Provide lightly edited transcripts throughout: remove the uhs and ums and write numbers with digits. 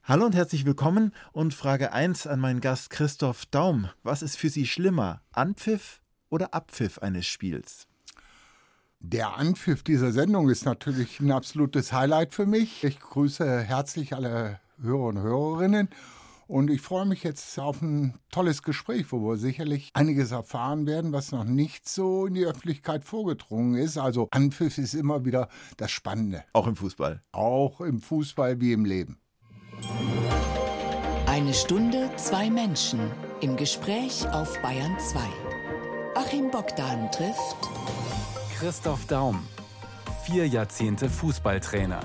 Hallo und herzlich willkommen und Frage 1 an meinen Gast Christoph Daum. Was ist für Sie schlimmer, Anpfiff oder Abpfiff eines Spiels? Der Anpfiff dieser Sendung ist natürlich ein absolutes Highlight für mich. Ich grüße herzlich alle Hörer und Hörerinnen und ich freue mich jetzt auf ein tolles Gespräch, wo wir sicherlich einiges erfahren werden, was noch nicht so in die Öffentlichkeit vorgedrungen ist. Also Anpfiff ist immer wieder das Spannende. Auch im Fußball. Auch im Fußball wie im Leben. Eine Stunde, zwei Menschen im Gespräch auf Bayern 2. Achim Bogdan trifft Christoph Daum, 4 Jahrzehnte Fußballtrainer.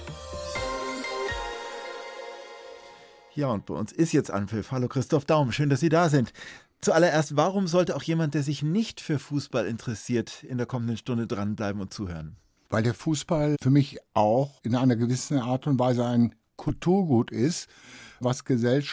Ja, und bei uns ist jetzt Anpfiff. Hallo Christoph Daum, schön, dass Sie da sind. Zuallererst, warum sollte auch jemand, der sich nicht für Fußball interessiert, in der kommenden Stunde dranbleiben und zuhören? Weil der Fußball für mich auch in einer gewissen Art und Weise ein Kulturgut ist, was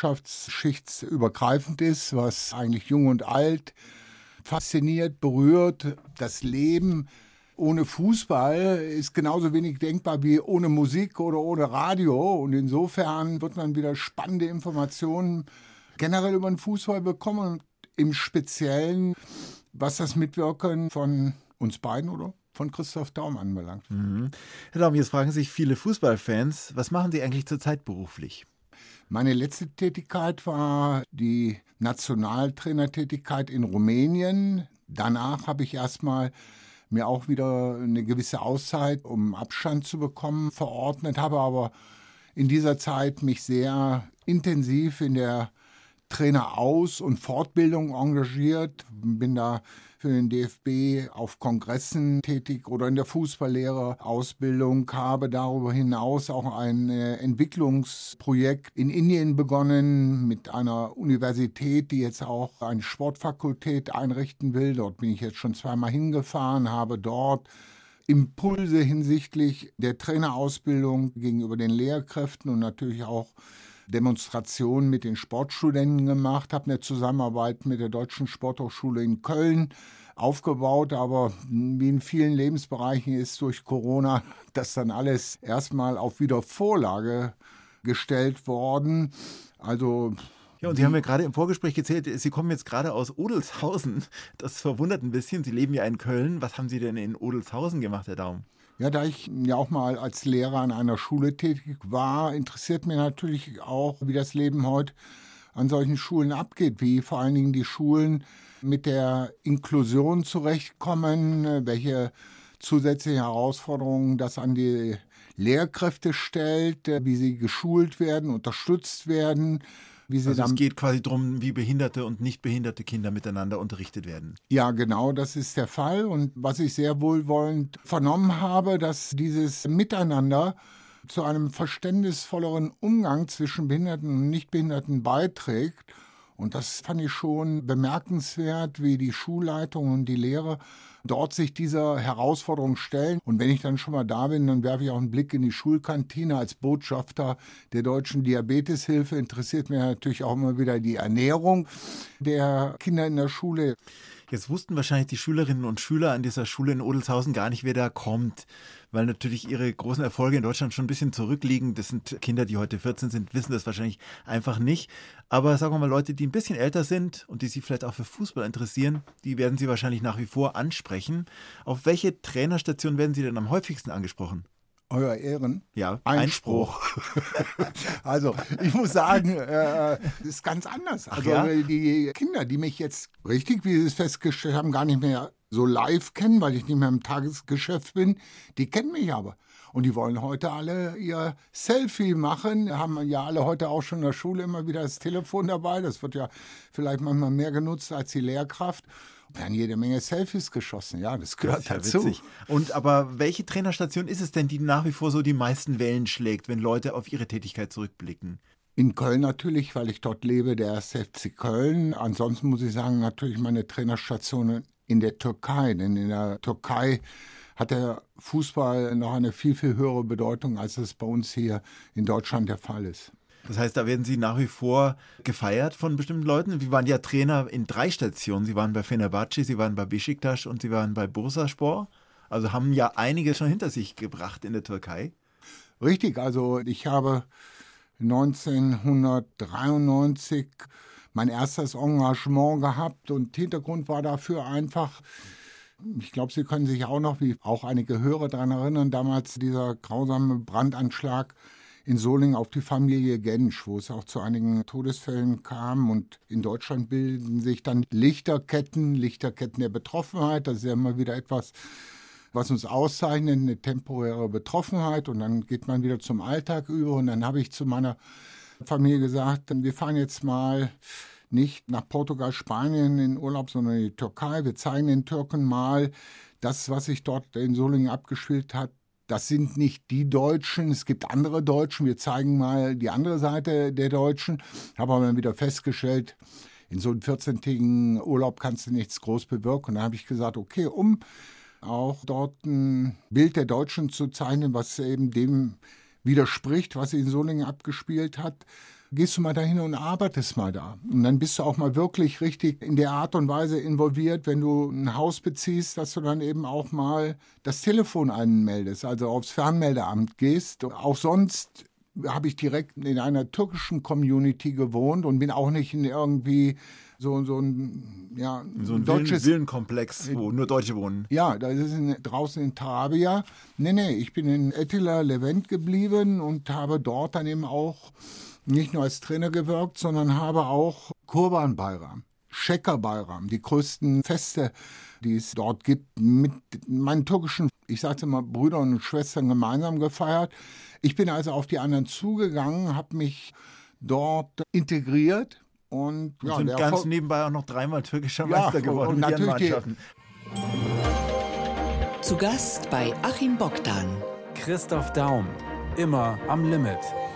gesellschaftsschichtsübergreifend ist, was eigentlich jung und alt fasziniert, berührt. Das Leben ohne Fußball ist genauso wenig denkbar wie ohne Musik oder ohne Radio. Und insofern wird man wieder spannende Informationen generell über den Fußball bekommen und im Speziellen, was das Mitwirken von uns beiden oder von Christoph Daum anbelangt. Herr Daum, jetzt fragen sich viele Fußballfans, was machen Sie eigentlich zurzeit beruflich? Meine letzte Tätigkeit war die Nationaltrainertätigkeit in Rumänien. Danach habe ich erstmal mir auch wieder eine gewisse Auszeit, um Abstand zu bekommen, verordnet, habe aber in dieser Zeit mich sehr intensiv in der Traineraus- und Fortbildung engagiert, bin da für den DFB auf Kongressen tätig oder in der Fußballlehrer-Ausbildung, habe darüber hinaus auch ein Entwicklungsprojekt in Indien begonnen mit einer Universität, die jetzt auch eine Sportfakultät einrichten will. Dort bin ich jetzt schon zweimal hingefahren, habe dort Impulse hinsichtlich der Trainerausbildung gegenüber den Lehrkräften und natürlich auch Demonstrationen mit den Sportstudenten gemacht, habe eine Zusammenarbeit mit der Deutschen Sporthochschule in Köln aufgebaut, aber wie in vielen Lebensbereichen ist durch Corona das dann alles erstmal auf Wiedervorlage gestellt worden. Also Ja, und Sie haben mir gerade im Vorgespräch erzählt, Sie kommen jetzt gerade aus Odelshausen. Das verwundert ein bisschen. Sie leben ja in Köln. Was haben Sie denn in Odelshausen gemacht, Herr Daum? Ja, da ich ja auch mal als Lehrer an einer Schule tätig war, interessiert mich natürlich auch, wie das Leben heute an solchen Schulen abgeht, wie vor allen Dingen die Schulen mit der Inklusion zurechtkommen, welche zusätzliche Herausforderungen das an die Lehrkräfte stellt, wie sie geschult werden, unterstützt werden. Also es geht quasi darum, wie behinderte und nicht behinderte Kinder miteinander unterrichtet werden. Ja, genau, das ist der Fall. Und was ich sehr wohlwollend vernommen habe, dass dieses Miteinander zu einem verständnisvolleren Umgang zwischen Behinderten und Nichtbehinderten beiträgt. Und das fand ich schon bemerkenswert, wie die Schulleitung und die Lehrer dort sich dieser Herausforderung stellen. Und wenn ich dann schon mal da bin, dann werfe ich auch einen Blick in die Schulkantine. Als Botschafter der Deutschen Diabeteshilfe interessiert mich natürlich auch immer wieder die Ernährung der Kinder in der Schule. Jetzt wussten wahrscheinlich die Schülerinnen und Schüler an dieser Schule in Odelshausen gar nicht, wer da kommt, weil natürlich ihre großen Erfolge in Deutschland schon ein bisschen zurückliegen. Das sind Kinder, die heute 14 sind, wissen das wahrscheinlich einfach nicht. Aber sagen wir mal, Leute, die ein bisschen älter sind und die sich vielleicht auch für Fußball interessieren, die werden Sie wahrscheinlich nach wie vor ansprechen. Auf welche Trainerstation werden Sie denn am häufigsten angesprochen? Euer Ehren? Ja, Einspruch. Also, ich muss sagen, das ist ganz anders. Also, die Kinder, die mich jetzt richtig, wie Sie es festgestellt haben, gar nicht mehr so live kennen, weil ich nicht mehr im Tagesgeschäft bin, die kennen mich aber. Und die wollen heute alle ihr Selfie machen, haben ja alle heute auch schon in der Schule immer wieder das Telefon dabei. Das wird ja vielleicht manchmal mehr genutzt als die Lehrkraft. Wir haben jede Menge Selfies geschossen, ja, das gehört dazu. Witzig. Und aber welche Trainerstation ist es denn, die nach wie vor so die meisten Wellen schlägt, wenn Leute auf ihre Tätigkeit zurückblicken? In Köln natürlich, weil ich dort lebe, der 1. FC Köln. Ansonsten muss ich sagen, natürlich meine Trainerstationen in der Türkei. Denn in der Türkei hat der Fußball noch eine viel, viel höhere Bedeutung, als es bei uns hier in Deutschland der Fall ist. Das heißt, da werden Sie nach wie vor gefeiert von bestimmten Leuten. Sie waren ja Trainer in 3 Stationen. Sie waren bei Fenerbahce, Sie waren bei Beşiktaş und Sie waren bei Bursaspor. Also haben ja einige schon hinter sich gebracht in der Türkei. Richtig, also ich habe 1993 mein erstes Engagement gehabt und Hintergrund war dafür einfach, ich glaube, Sie können sich auch noch, wie auch einige Hörer daran erinnern, damals dieser grausame Brandanschlag in Solingen auf die Familie Gensch, wo es auch zu einigen Todesfällen kam. Und in Deutschland bilden sich dann Lichterketten der Betroffenheit. Das ist ja immer wieder etwas, was uns auszeichnet, eine temporäre Betroffenheit. Und dann geht man wieder zum Alltag über. Und dann habe ich zu meiner Familie gesagt, wir fahren jetzt mal nicht nach Portugal, Spanien in Urlaub, sondern in die Türkei. Wir zeigen den Türken mal das, was sich dort in Solingen abgespielt hat. Das sind nicht die Deutschen, es gibt andere Deutschen. Wir zeigen mal die andere Seite der Deutschen. Habe aber dann wieder festgestellt, in so einem 14-tägigen Urlaub kannst du nichts groß bewirken. Und dann habe ich gesagt, okay, um auch dort ein Bild der Deutschen zu zeichnen, was eben dem widerspricht, was sie in Solingen abgespielt hat, gehst du mal dahin und arbeitest mal da. Und dann bist du auch mal wirklich richtig in der Art und Weise involviert, wenn du ein Haus beziehst, dass du dann eben auch mal das Telefon anmeldest, also aufs Fernmeldeamt gehst. Auch sonst habe ich direkt in einer türkischen Community gewohnt und bin auch nicht in irgendwie so ein deutsches Villenkomplex, wo nur Deutsche wohnen. Ja, das ist draußen in Tarabia. Nee, ich bin in Attila Levent geblieben und habe dort dann eben auch nicht nur als Trainer gewirkt, sondern habe auch Kurban Bayram, Şeker Bayram, die größten Feste, die es dort gibt, mit meinen türkischen, ich sagte mal, Brüdern und Schwestern gemeinsam gefeiert. Ich bin also auf die anderen zugegangen, habe mich dort integriert. Und sind ganz nebenbei auch noch 3-mal türkischer Meister geworden mit ihren Mannschaften. Zu Gast bei Achim Bogdan. Christoph Daum, immer am Limit.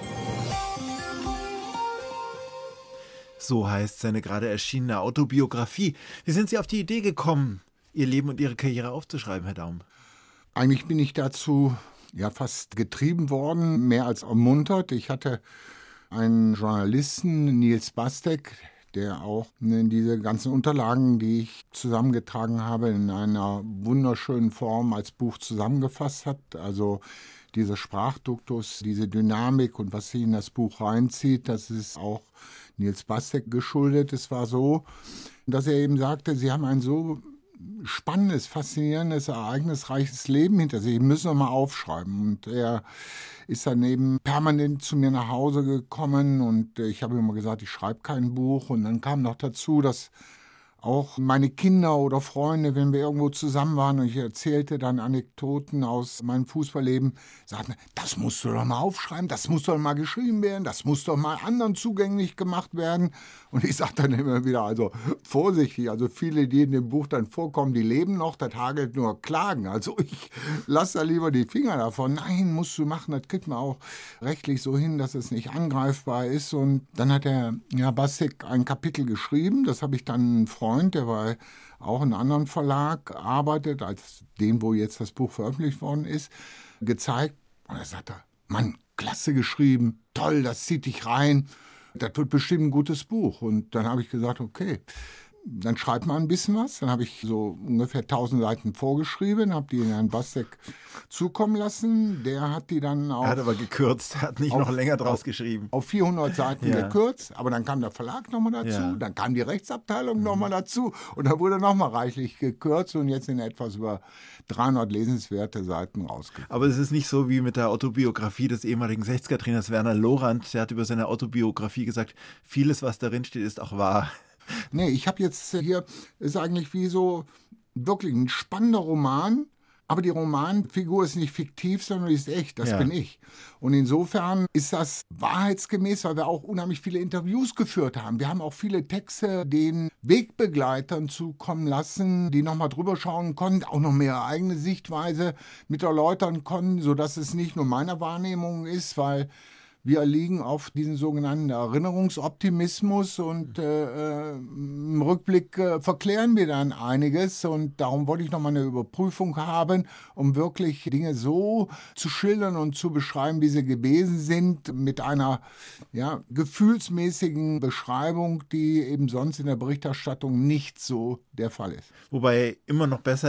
So heißt seine gerade erschienene Autobiografie. Wie sind Sie auf die Idee gekommen, Ihr Leben und Ihre Karriere aufzuschreiben, Herr Daum? Eigentlich bin ich dazu fast getrieben worden, mehr als ermuntert. Ich hatte einen Journalisten, Nils Bastek, der auch diese ganzen Unterlagen, die ich zusammengetragen habe, in einer wunderschönen Form als Buch zusammengefasst hat. Also dieser Sprachduktus, diese Dynamik und was sie in das Buch reinzieht, das ist auch Nils Bastek geschuldet. Es war so, dass er eben sagte, Sie haben ein so spannendes, faszinierendes, ereignisreiches Leben hinter sich. Müssen wir mal aufschreiben. Und er ist dann eben permanent zu mir nach Hause gekommen und ich habe immer gesagt, ich schreibe kein Buch. Und dann kam noch dazu, dass auch meine Kinder oder Freunde, wenn wir irgendwo zusammen waren und ich erzählte dann Anekdoten aus meinem Fußballleben, sagten, das musst du doch mal aufschreiben, das muss doch mal geschrieben werden, das muss doch mal anderen zugänglich gemacht werden. Und ich sage dann immer wieder, also vorsichtig, also viele, die in dem Buch dann vorkommen, die leben noch, das hagelt nur Klagen. Also ich lasse da lieber die Finger davon. Nein, musst du machen, das kriegt man auch rechtlich so hin, dass es nicht angreifbar ist. Und dann hat der Bastek ein Kapitel geschrieben, das habe ich dann einen Freund, der war auch in einem anderen Verlag, arbeitet, als den, wo jetzt das Buch veröffentlicht worden ist, gezeigt. Und er sagte, Mann, klasse geschrieben, toll, das zieht dich rein, das wird bestimmt ein gutes Buch. Und dann habe ich gesagt, okay, dann schreibt man ein bisschen was. Dann habe ich so ungefähr 1000 Seiten vorgeschrieben, habe die in Herrn Bastek zukommen lassen. Der hat die dann Er hat aber gekürzt, hat nicht noch länger draus geschrieben. Auf 400 Seiten gekürzt, aber dann kam der Verlag nochmal dazu, dann kam die Rechtsabteilung nochmal dazu und da wurde nochmal reichlich gekürzt und jetzt in etwas über 300 lesenswerte Seiten rausgekommen. Aber es ist nicht so wie mit der Autobiografie des ehemaligen 60er-Trainers Werner Lorand. Der hat über seine Autobiografie gesagt, vieles, was darin steht, ist auch wahr. Nee, ich habe jetzt hier, ist eigentlich wie so wirklich ein spannender Roman, aber die Romanfigur ist nicht fiktiv, sondern die ist echt, das bin ich. Und insofern ist das wahrheitsgemäß, weil wir auch unheimlich viele Interviews geführt haben. Wir haben auch viele Texte den Wegbegleitern zukommen lassen, die nochmal drüber schauen konnten, auch noch mehr ihre eigene Sichtweise mit erläutern konnten, sodass es nicht nur meiner Wahrnehmung ist, weil wir liegen auf diesen sogenannten Erinnerungsoptimismus und im Rückblick verklären wir dann einiges und darum wollte ich nochmal eine Überprüfung haben, um wirklich Dinge so zu schildern und zu beschreiben, wie sie gewesen sind, mit einer gefühlsmäßigen Beschreibung, die eben sonst in der Berichterstattung nicht so der Fall ist. Wobei immer noch besser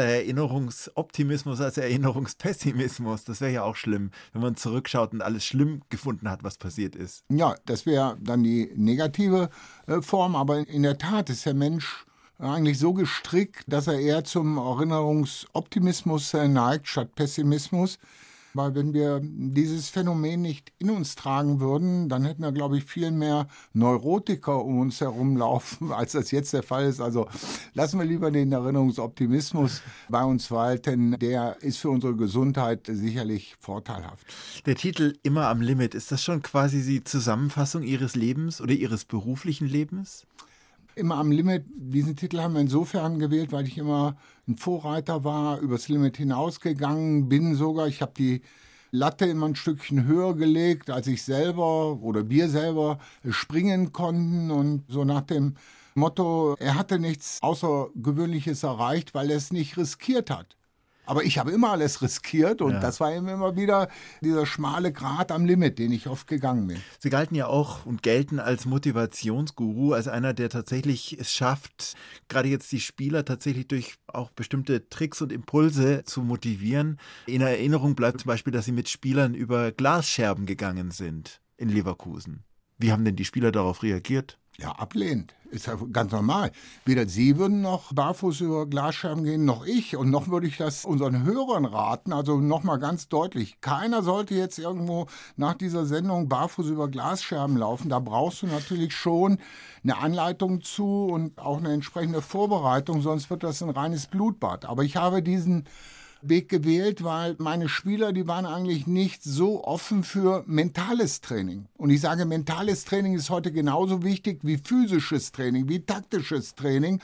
Erinnerungsoptimismus als Erinnerungspessimismus. Das wäre ja auch schlimm, wenn man zurückschaut und alles schlimm gefunden hat, was passiert ist. Ja, das wäre dann die negative Form, aber in der Tat ist der Mensch eigentlich so gestrickt, dass er eher zum Erinnerungsoptimismus neigt statt Pessimismus. Weil wenn wir dieses Phänomen nicht in uns tragen würden, dann hätten wir, glaube ich, viel mehr Neurotiker um uns herumlaufen, als das jetzt der Fall ist. Also lassen wir lieber den Erinnerungsoptimismus bei uns walten. Der ist für unsere Gesundheit sicherlich vorteilhaft. Der Titel Immer am Limit, ist das schon quasi die Zusammenfassung Ihres Lebens oder Ihres beruflichen Lebens? Immer am Limit, diesen Titel haben wir insofern gewählt, weil ich immer ein Vorreiter war, übers Limit hinausgegangen bin sogar. Ich habe die Latte immer ein Stückchen höher gelegt, als ich selber oder wir selber springen konnten. Und so nach dem Motto, er hatte nichts Außergewöhnliches erreicht, weil er es nicht riskiert hat. Aber ich habe immer alles riskiert und das war eben immer wieder dieser schmale Grat am Limit, den ich oft gegangen bin. Sie galten ja auch und gelten als Motivationsguru, als einer, der tatsächlich es schafft, gerade jetzt die Spieler tatsächlich durch auch bestimmte Tricks und Impulse zu motivieren. In Erinnerung bleibt zum Beispiel, dass Sie mit Spielern über Glasscherben gegangen sind in Leverkusen. Wie haben denn die Spieler darauf reagiert? Ja, ablehnend. Ist ja ganz normal. Weder Sie würden noch barfuß über Glasscherben gehen, noch ich. Und noch würde ich das unseren Hörern raten. Also nochmal ganz deutlich. Keiner sollte jetzt irgendwo nach dieser Sendung barfuß über Glasscherben laufen. Da brauchst du natürlich schon eine Anleitung zu und auch eine entsprechende Vorbereitung. Sonst wird das ein reines Blutbad. Aber ich habe diesen Weg gewählt, weil meine Spieler, die waren eigentlich nicht so offen für mentales Training. Und ich sage, mentales Training ist heute genauso wichtig wie physisches Training, wie taktisches Training.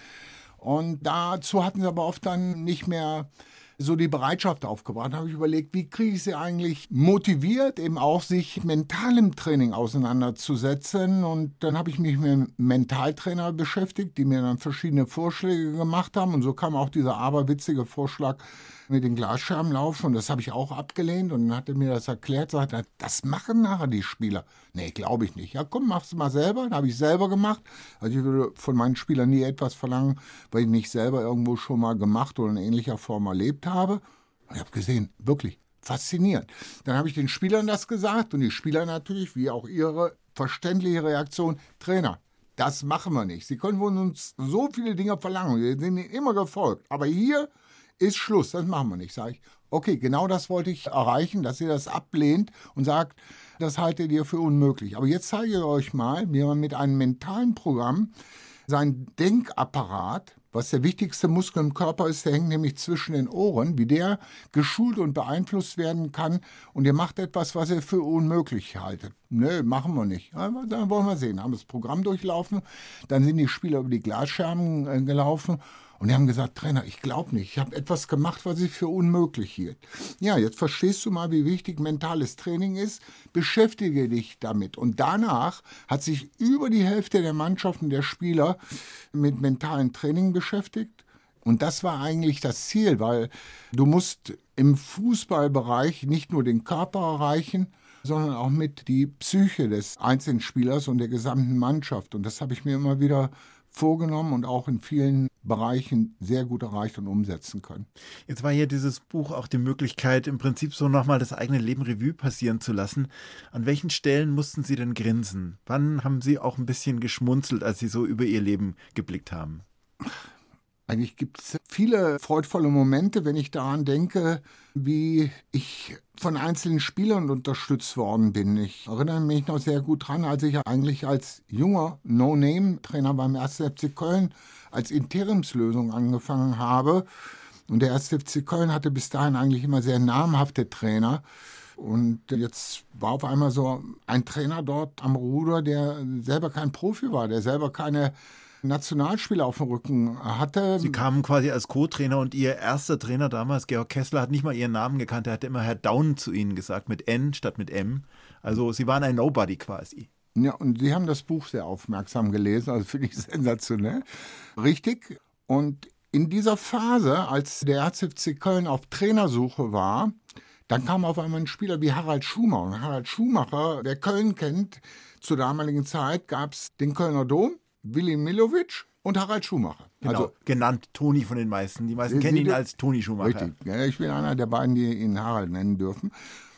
Und dazu hatten sie aber oft dann nicht mehr so die Bereitschaft aufgebracht. Da habe ich überlegt, wie kriege ich sie eigentlich motiviert, eben auch sich mentalem Training auseinanderzusetzen. Und dann habe ich mich mit Mentaltrainer beschäftigt, die mir dann verschiedene Vorschläge gemacht haben. Und so kam auch dieser aberwitzige Vorschlag mit den Glasscherbenlauf. Und das habe ich auch abgelehnt. Und dann hat er mir das erklärt, sagte, das machen nachher die Spieler. Nee, glaube ich nicht. Ja, komm, mach's mal selber. Dann habe ich selber gemacht. Also ich würde von meinen Spielern nie etwas verlangen, weil ich nicht selber irgendwo schon mal gemacht oder in ähnlicher Form erlebt habe. Und ich habe gesehen, wirklich faszinierend. Dann habe ich den Spielern das gesagt und die Spieler natürlich, wie auch ihre verständliche Reaktion, Trainer, das machen wir nicht. Sie können von uns so viele Dinge verlangen, wir sind ihnen immer gefolgt. Aber hier ist Schluss, das machen wir nicht, sage ich. Okay, genau das wollte ich erreichen, dass ihr das ablehnt und sagt, das haltet ihr für unmöglich. Aber jetzt zeige ich euch mal, wie man mit einem mentalen Programm seinen Denkapparat, was der wichtigste Muskel im Körper ist, der hängt nämlich zwischen den Ohren, wie der geschult und beeinflusst werden kann. Und ihr macht etwas, was ihr für unmöglich haltet. Nö, machen wir nicht. Aber dann wollen wir sehen. Haben das Programm durchlaufen, dann sind die Spieler über die Glasscherben gelaufen. Und die haben gesagt, Trainer, ich glaube nicht. Ich habe etwas gemacht, was ich für unmöglich hielt. Ja, jetzt verstehst du mal, wie wichtig mentales Training ist. Beschäftige dich damit. Und danach hat sich über die Hälfte der Mannschaften der Spieler mit mentalem Training beschäftigt. Und das war eigentlich das Ziel, weil du musst im Fußballbereich nicht nur den Körper erreichen, sondern auch mit die Psyche des einzelnen Spielers und der gesamten Mannschaft. Und das habe ich mir immer wieder vorgenommen und auch in vielen Bereichen sehr gut erreicht und umsetzen können. Jetzt war hier dieses Buch auch die Möglichkeit, im Prinzip so nochmal das eigene Leben Revue passieren zu lassen. An welchen Stellen mussten Sie denn grinsen? Wann haben Sie auch ein bisschen geschmunzelt, als Sie so über Ihr Leben geblickt haben? Eigentlich gibt es viele freudvolle Momente, wenn ich daran denke, wie ich von einzelnen Spielern unterstützt worden bin. Ich erinnere mich noch sehr gut dran, als ich eigentlich als junger No-Name-Trainer beim 1. FC Köln als Interimslösung angefangen habe. Und der 1. FC Köln hatte bis dahin eigentlich immer sehr namhafte Trainer. Und jetzt war auf einmal so ein Trainer dort am Ruder, der selber kein Profi war, der selber keine Nationalspieler auf dem Rücken hatte. Sie kamen quasi als Co-Trainer und Ihr erster Trainer damals, Georg Kessler, hat nicht mal Ihren Namen gekannt. Er hatte immer Herr Daun zu Ihnen gesagt, mit N statt mit M. Also Sie waren ein Nobody quasi. Ja, und Sie haben das Buch sehr aufmerksam gelesen, also finde ich sensationell. Richtig. Und in dieser Phase, als der 1. FC Köln auf Trainersuche war, dann kam auf einmal ein Spieler wie Harald Schumacher. Und Harald Schumacher, wer Köln kennt, zur damaligen Zeit gab es den Kölner Dom, Willi Milovic und Harald Schumacher. Genau, also, genannt Toni von den meisten. Die meisten kennen ihn als Toni Schumacher. Richtig, ja, ich bin einer der beiden, die ihn Harald nennen dürfen.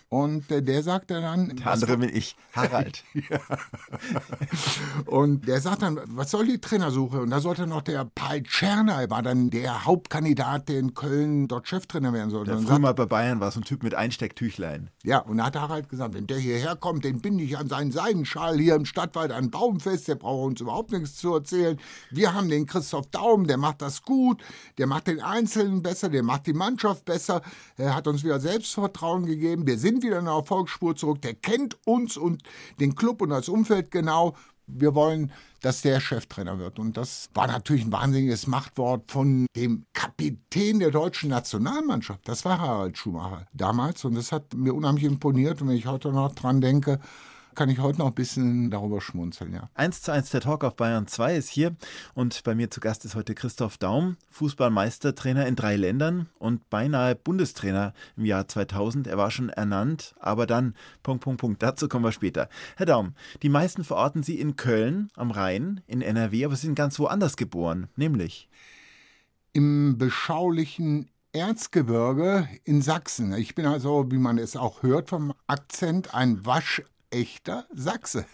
Und der sagte dann... Der andere bin ich, Harald. Ja. Und der sagt dann, was soll die Trainersuche? Und da sollte noch der Paul Czerny, war dann der Hauptkandidat, der in Köln dort Cheftrainer werden sollte. Der und früher mal bei Bayern war, so ein Typ mit Einstecktüchlein. Ja, und da hat Harald gesagt, wenn der hierher kommt, den binde ich an seinen Seidenschal hier im Stadtwald an Baum fest, der braucht uns überhaupt nichts zu erzählen. Wir haben den Christoph Daum, der macht das gut, der macht den Einzelnen besser, der macht die Mannschaft besser, er hat uns wieder Selbstvertrauen gegeben, wir sind wieder in der Erfolgsspur zurück, der kennt uns und den Club und das Umfeld genau. Wir wollen, dass der Cheftrainer wird. Und das war natürlich ein wahnsinniges Machtwort von dem Kapitän der deutschen Nationalmannschaft. Das war Harald Schumacher damals. Und das hat mir unheimlich imponiert. Und wenn ich heute noch dran denke, kann ich heute noch ein bisschen darüber schmunzeln, ja. 1:1 der Talk auf Bayern 2 ist hier und bei mir zu Gast ist heute Christoph Daum, Fußballmeistertrainer in 3 Ländern und beinahe Bundestrainer im Jahr 2000. Er war schon ernannt, aber dann, ... dazu kommen wir später. Herr Daum, die meisten verorten Sie in Köln am Rhein, in NRW, aber Sie sind ganz woanders geboren, nämlich? Im beschaulichen Erzgebirge in Sachsen. Ich bin also, wie man es auch hört vom Akzent, ein echter Sachse.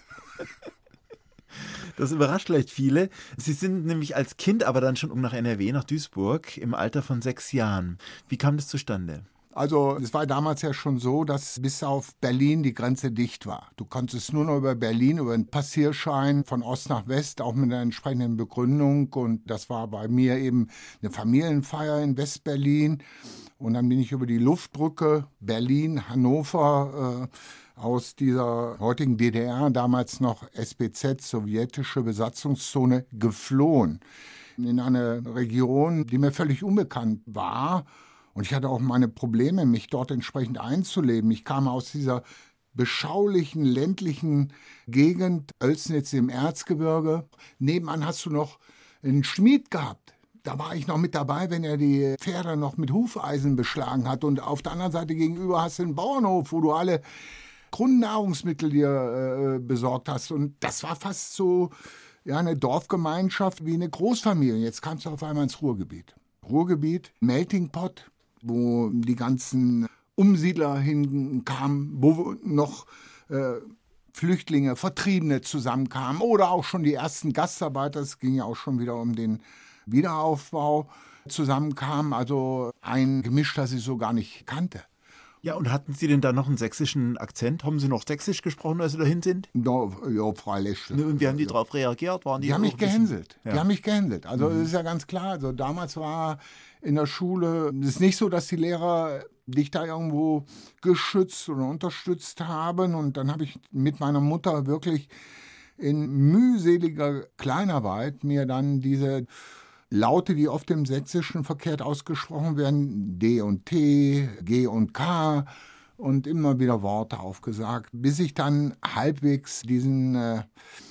Das überrascht vielleicht viele. Sie sind nämlich als Kind aber dann schon nach NRW, nach Duisburg, im Alter von 6 Jahren. Wie kam das zustande? Also es war damals ja schon so, dass bis auf Berlin die Grenze dicht war. Du konntest nur noch über Berlin, über einen Passierschein von Ost nach West, auch mit einer entsprechenden Begründung. Und das war bei mir eben eine Familienfeier in West-Berlin. Und dann bin ich über die Luftbrücke Berlin, Hannover, aus dieser heutigen DDR, damals noch SBZ, sowjetische Besatzungszone, geflohen. In eine Region, die mir völlig unbekannt war. Und ich hatte auch meine Probleme, mich dort entsprechend einzuleben. Ich kam aus dieser beschaulichen, ländlichen Gegend, Oelsnitz im Erzgebirge. Nebenan hast du noch einen Schmied gehabt. Da war ich noch mit dabei, wenn er die Pferde noch mit Hufeisen beschlagen hat. Und auf der anderen Seite gegenüber hast du einen Bauernhof, wo du alle Grundnahrungsmittel dir besorgt hast. Und das war fast so ja, eine Dorfgemeinschaft wie eine Großfamilie. Jetzt kamst du auf einmal ins Ruhrgebiet. Ruhrgebiet, Melting Pot, wo die ganzen Umsiedler hinkamen, wo noch Flüchtlinge, Vertriebene zusammenkamen oder auch schon die ersten Gastarbeiter, es ging ja auch schon wieder um den Wiederaufbau, zusammenkamen. Also ein Gemisch, das ich so gar nicht kannte. Ja, und hatten Sie denn da noch einen sächsischen Akzent? Haben Sie noch sächsisch gesprochen, als Sie dahin sind? Ja, freilich. Und wie haben die darauf reagiert? Die haben mich gehänselt. Ja. Die haben mich gehänselt. Also das ist ja ganz klar. Also damals war in der Schule, es ist nicht so, dass die Lehrer dich da irgendwo geschützt oder unterstützt haben. Und dann habe ich mit meiner Mutter wirklich in mühseliger Kleinarbeit mir dann diese Laute, die oft im Sächsischen verkehrt ausgesprochen werden, D und T, G und K und immer wieder Worte aufgesagt, bis ich dann halbwegs diesen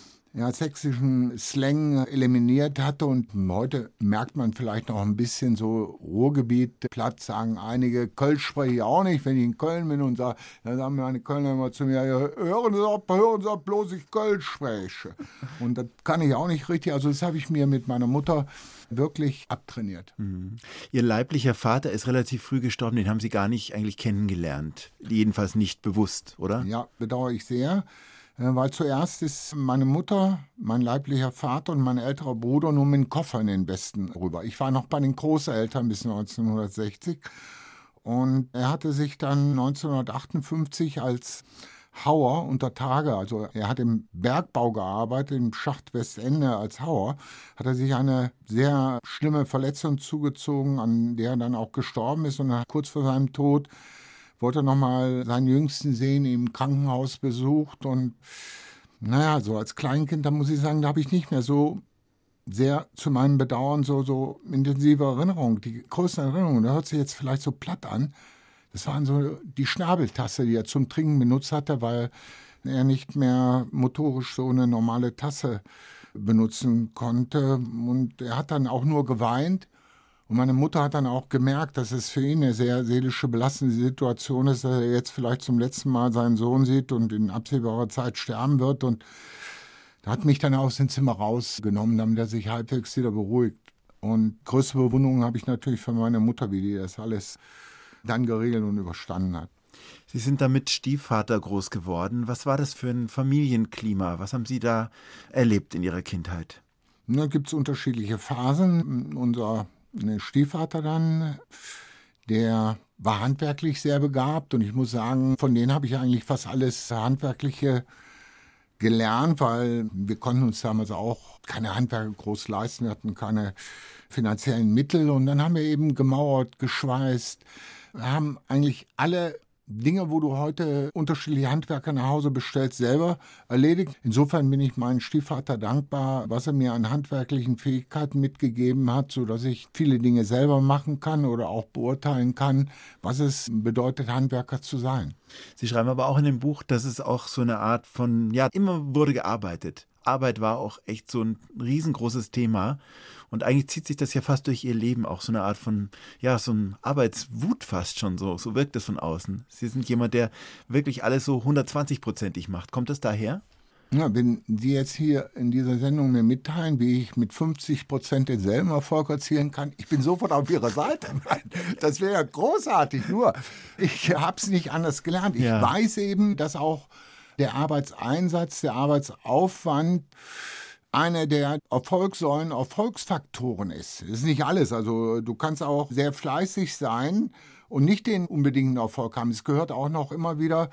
sächsischen Slang eliminiert hatte. Und heute merkt man vielleicht noch ein bisschen so Ruhrgebiet, platt sagen einige, Kölsch spreche ich auch nicht, wenn ich in Köln bin und sage, dann sagen meine Kölner immer zu mir, hören Sie ab, bloß ich Kölsch spreche. Und das kann ich auch nicht richtig, also das habe ich mir mit meiner Mutter wirklich abtrainiert. Mhm. Ihr leiblicher Vater ist relativ früh gestorben, den haben Sie gar nicht eigentlich kennengelernt, jedenfalls nicht bewusst, oder? Ja, bedauere ich sehr. Weil zuerst ist meine Mutter, mein leiblicher Vater und mein älterer Bruder nur mit dem Koffer in den Westen rüber. Ich war noch bei den Großeltern bis 1960 und er hatte sich dann 1958 als Hauer unter Tage, also er hat im Bergbau gearbeitet, im Schacht Westende als Hauer, hat er sich eine sehr schlimme Verletzung zugezogen, an der er dann auch gestorben ist und kurz vor seinem Tod wollte noch mal seinen Jüngsten sehen, im Krankenhaus besucht und naja, so als Kleinkind, da muss ich sagen, da habe ich nicht mehr so sehr zu meinem Bedauern so intensive Erinnerungen, die größten Erinnerungen, da hört sich jetzt vielleicht so platt an, das waren so die Schnabeltasse, die er zum Trinken benutzt hatte, weil er nicht mehr motorisch so eine normale Tasse benutzen konnte und er hat dann auch nur geweint. Und meine Mutter hat dann auch gemerkt, dass es für ihn eine sehr seelische, belastende Situation ist, dass er jetzt vielleicht zum letzten Mal seinen Sohn sieht und in absehbarer Zeit sterben wird. Und da hat mich dann aus dem Zimmer rausgenommen, damit er sich halbwegs wieder beruhigt. Und größte Bewunderung habe ich natürlich für meine Mutter, wie die das alles dann geregelt und überstanden hat. Sie sind da mit Stiefvater groß geworden. Was war das für ein Familienklima? Was haben Sie da erlebt in Ihrer Kindheit? Da gibt es unterschiedliche Phasen. Unser Stiefvater dann, der war handwerklich sehr begabt und ich muss sagen, von denen habe ich eigentlich fast alles Handwerkliche gelernt, weil wir konnten uns damals auch keine Handwerker groß leisten, wir hatten keine finanziellen Mittel und dann haben wir eben gemauert, geschweißt. Wir haben eigentlich alle Dinge, wo du heute unterschiedliche Handwerker nach Hause bestellst, selber erledigt. Insofern bin ich meinem Stiefvater dankbar, was er mir an handwerklichen Fähigkeiten mitgegeben hat, sodass ich viele Dinge selber machen kann oder auch beurteilen kann, was es bedeutet, Handwerker zu sein. Sie schreiben aber auch in dem Buch, dass es auch so eine Art von, ja, immer wurde gearbeitet. Arbeit war auch echt so ein riesengroßes Thema. Und eigentlich zieht sich das ja fast durch Ihr Leben, auch so eine Art von, ja, so ein Arbeitswut fast schon so. So wirkt es von außen. Sie sind jemand, der wirklich alles so 120%ig macht. Kommt das daher? Ja, wenn Sie jetzt hier in dieser Sendung mir mitteilen, wie ich mit 50% denselben Erfolg erzielen kann, ich bin sofort auf Ihrer Seite. Das wäre ja großartig, nur ich habe es nicht anders gelernt. Ich weiß eben, dass auch der Arbeitseinsatz, der Arbeitsaufwand eine der Erfolgssäulen, Erfolgsfaktoren ist. Das ist nicht alles. Also du kannst auch sehr fleißig sein und nicht den unbedingten Erfolg haben. Es gehört auch noch immer wieder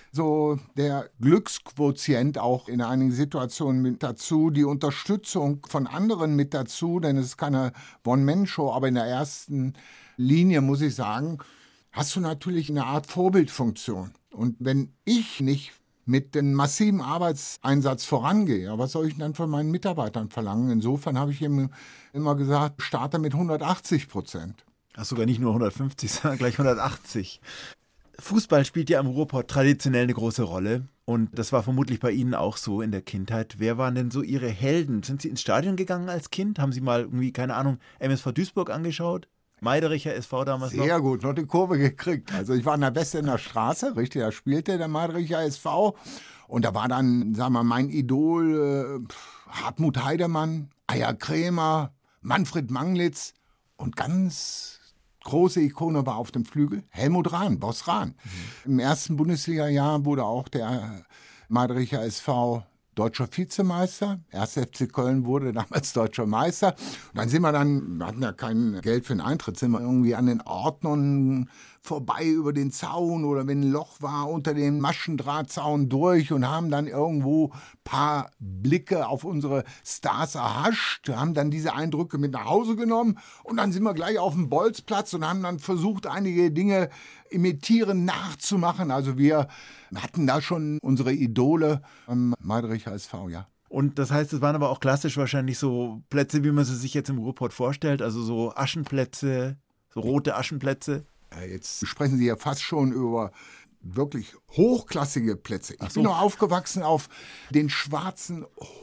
so der Glücksquotient auch in einigen Situationen mit dazu, die Unterstützung von anderen mit dazu, denn es ist keine One-Man-Show, aber in der ersten Linie, muss ich sagen, hast du natürlich eine Art Vorbildfunktion. Und wenn ich nicht mit dem massiven Arbeitseinsatz vorangehe, was soll ich dann von meinen Mitarbeitern verlangen? Insofern habe ich ihm immer gesagt, starte mit 180%. Ach, sogar nicht nur 150, sondern gleich 180. Fußball spielt ja im Ruhrpott traditionell eine große Rolle und das war vermutlich bei Ihnen auch so in der Kindheit. Wer waren denn so Ihre Helden? Sind Sie ins Stadion gegangen als Kind? Haben Sie mal irgendwie, keine Ahnung, MSV Duisburg angeschaut? Meidericher SV damals noch? Sehr gut, noch die Kurve gekriegt. Also ich war in der Beste in der Straße, richtig, da spielte der Meidericher SV und da war dann, sagen wir mal, mein Idol Hartmut Heidemann, Aya Krämer, Manfred Manglitz und ganz große Ikone war auf dem Flügel Helmut Rahn, Boss Rahn. Im ersten Bundesliga-Jahr wurde auch der Meidericher SV deutscher Vizemeister. 1. FC Köln wurde damals deutscher Meister. Und dann wir hatten ja kein Geld für den Eintritt, sind wir irgendwie an den Ordnern vorbei über den Zaun oder wenn ein Loch war, unter dem Maschendrahtzaun durch und haben dann irgendwo ein paar Blicke auf unsere Stars erhascht, haben dann diese Eindrücke mit nach Hause genommen und dann sind wir gleich auf dem Bolzplatz und haben dann versucht, einige Dinge imitieren, nachzumachen. Also wir hatten da schon unsere Idole am Meidericher SV, ja. Und das heißt, es waren aber auch klassisch wahrscheinlich so Plätze, wie man sie sich jetzt im Ruhrpott vorstellt, also so Aschenplätze, so rote Aschenplätze. Ja, jetzt sprechen Sie ja fast schon über wirklich hochklassige Plätze. Ich bin noch aufgewachsen auf den schwarzen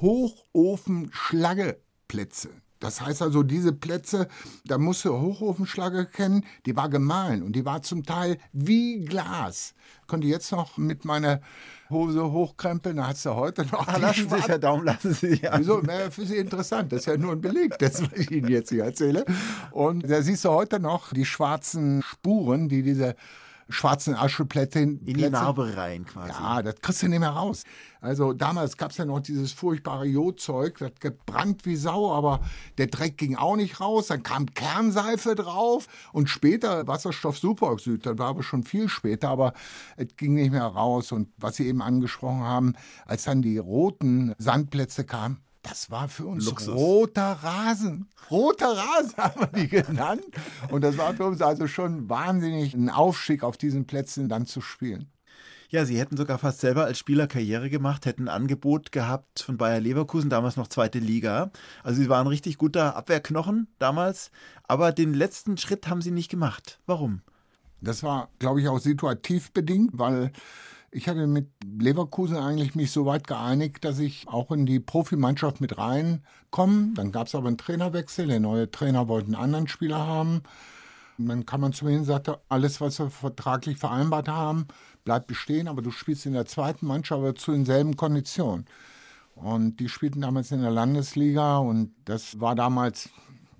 Hochofen-Schlageplätze. Das heißt also, diese Plätze, da musst du Hochofenschlagge kennen, die war gemahlen und die war zum Teil wie Glas. Ich konnte jetzt noch mit meiner Hose hochkrempeln, da hast du heute noch... Lassen Sie sich, Herr Daum, lassen Sie sich an. Wieso? Wäre für Sie interessant, das ist ja nur ein Beleg, das, was ich Ihnen jetzt hier erzähle. Und da siehst du heute noch die schwarzen Spuren, die diese schwarzen Ascheplätze in die Narbe rein quasi. Ja, das kriegst du nicht mehr raus. Also damals gab es ja noch dieses furchtbare Jodzeug, das gebrannt wie Sau, aber der Dreck ging auch nicht raus. Dann kam Kernseife drauf und später Wasserstoffsuperoxid, das war aber schon viel später, aber es ging nicht mehr raus. Und was Sie eben angesprochen haben, als dann die roten Sandplätze kamen, das war für uns Luxus. Roter Rasen. Roter Rasen haben wir die genannt. Und das war für uns also schon wahnsinnig ein Aufstieg, auf diesen Plätzen dann zu spielen. Ja, Sie hätten sogar fast selber als Spieler Karriere gemacht, hätten ein Angebot gehabt von Bayer Leverkusen, damals noch 2. Liga. Also Sie waren ein richtig guter Abwehrknochen damals, aber den letzten Schritt haben Sie nicht gemacht. Warum? Das war, glaube ich, auch situativ bedingt, weil ich hatte mit Leverkusen eigentlich mich so weit geeinigt, dass ich auch in die Profimannschaft mit reinkomme. Dann gab es aber einen Trainerwechsel. Der neue Trainer wollte einen anderen Spieler haben. Und dann kam man zu mir und sagte, alles, was wir vertraglich vereinbart haben, bleibt bestehen, aber du spielst in der zweiten Mannschaft aber zu denselben Konditionen. Und die spielten damals in der Landesliga und das war damals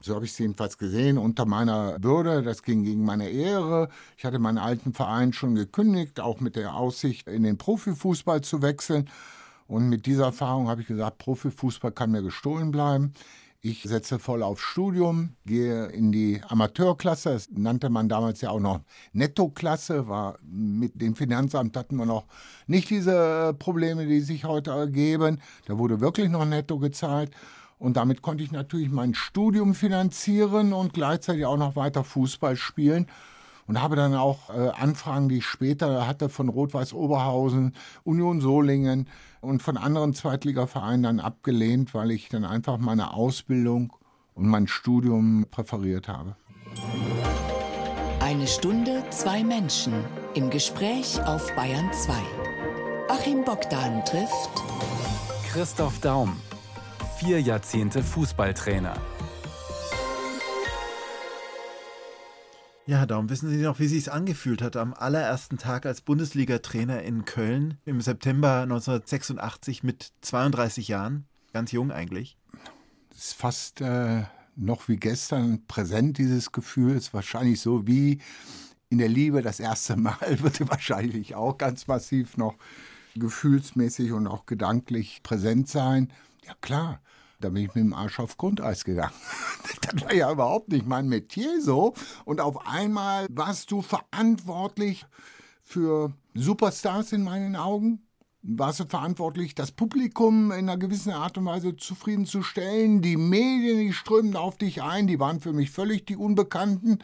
So habe ich es jedenfalls gesehen, unter meiner Würde. Das ging gegen meine Ehre. Ich hatte meinen alten Verein schon gekündigt, auch mit der Aussicht, in den Profifußball zu wechseln. Und mit dieser Erfahrung habe ich gesagt, Profifußball kann mir gestohlen bleiben. Ich setze voll aufs Studium, gehe in die Amateurklasse. Das nannte man damals ja auch noch Nettoklasse. Mit dem Finanzamt hatten wir noch nicht diese Probleme, die sich heute ergeben. Da wurde wirklich noch netto gezahlt. Und damit konnte ich natürlich mein Studium finanzieren und gleichzeitig auch noch weiter Fußball spielen. Und habe dann auch Anfragen, die ich später hatte, von Rot-Weiß Oberhausen, Union Solingen und von anderen Zweitligavereinen dann abgelehnt, weil ich dann einfach meine Ausbildung und mein Studium präferiert habe. 1 Stunde, 2 Menschen im Gespräch auf Bayern 2. Achim Bogdan trifft Christoph Daum, 4 Jahrzehnte Fußballtrainer. Ja, Herr Daum, wissen Sie noch, wie es sich angefühlt hat am allerersten Tag als Bundesliga-Trainer in Köln im September 1986 mit 32 Jahren? Ganz jung eigentlich. Das ist fast noch wie gestern präsent, dieses Gefühl. Es ist wahrscheinlich so wie in der Liebe das erste Mal, wird wahrscheinlich auch ganz massiv noch gefühlsmäßig und auch gedanklich präsent sein. Ja klar, da bin ich mit dem Arsch auf Grundeis gegangen. Das war ja überhaupt nicht mein Metier so. Und auf einmal warst du verantwortlich für Superstars in meinen Augen. Warst du verantwortlich, das Publikum in einer gewissen Art und Weise zufriedenzustellen. Die Medien, die strömten auf dich ein, die waren für mich völlig die Unbekannten.